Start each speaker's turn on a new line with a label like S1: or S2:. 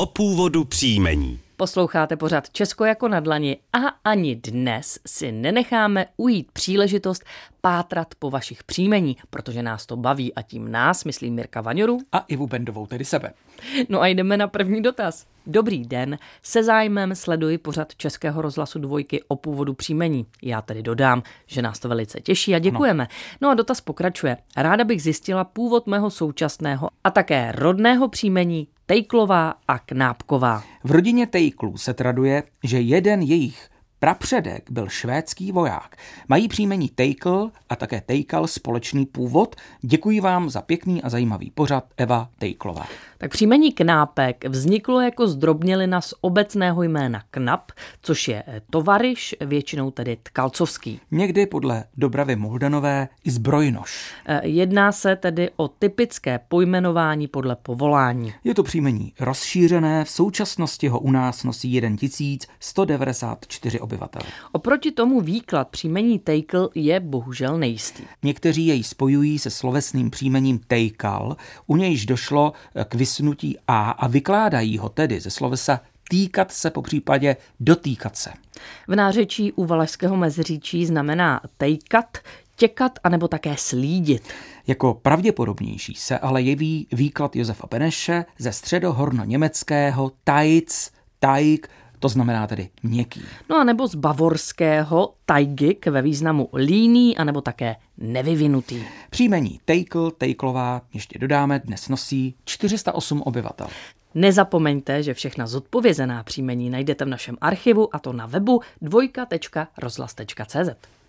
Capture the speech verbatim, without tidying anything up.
S1: o původu příjmení.
S2: Posloucháte pořád Česko jako na dlani a ani dnes si nenecháme ujít příležitost pátrat po vašich příjmení, protože nás to baví a tím nás, myslím Mirka Vaňoru
S3: a Ivu Bendovou, tedy sebe.
S2: No a jdeme na první dotaz. Dobrý den, se zájmem sleduji pořad Českého rozhlasu Dvojky o původu příjmení. Já tedy dodám, že nás to velice těší a děkujeme. No a dotaz pokračuje. Ráda bych zjistila původ mého současného a také rodného příjmení Tejklová a Knápková.
S3: V rodině Tejklů se traduje, že jeden jejich prapředek byl švédský voják. Mají příjmení Tejkl a také Tejkal společný původ. Děkuji vám za pěkný a zajímavý pořad, Eva Tejklová.
S2: Tak příjmení Knápek vzniklo jako zdrobnělina z obecného jména Knap, což je tovaryš, většinou tedy tkalcovský.
S3: Někdy podle Dobravy Muldanové i zbrojnoš.
S2: Jedná se tedy o typické pojmenování podle povolání.
S3: Je to příjmení rozšířené, v současnosti ho u nás nosí tisíc sto devadesát čtyři obyvatel.
S2: Oproti tomu výklad příjmení Tejkl je bohužel nejistý.
S3: Někteří jej spojují se slovesným příjmením Tejkal, u nějž došlo k vysnutí a a vykládají ho tedy ze slovesa týkat se, po případě dotýkat se.
S2: V nářečí u Valašského Meziříčí znamená tejkat, těkat anebo také slídit.
S3: Jako pravděpodobnější se ale jeví výklad Josefa Beneše ze středohorno-německého tajc, tajk, to znamená tedy měkký.
S2: No a nebo z bavorského tajgik ve významu líný anebo také nevyvinutý.
S3: Příjmení Tejkl, Tejklová, ještě dodáme, dnes nosí čtyři sta osm obyvatel.
S2: Nezapomeňte, že všechna zodpovězená příjmení najdete v našem archivu, a to na webu dvojka tečka rozhlas tečka cé zet.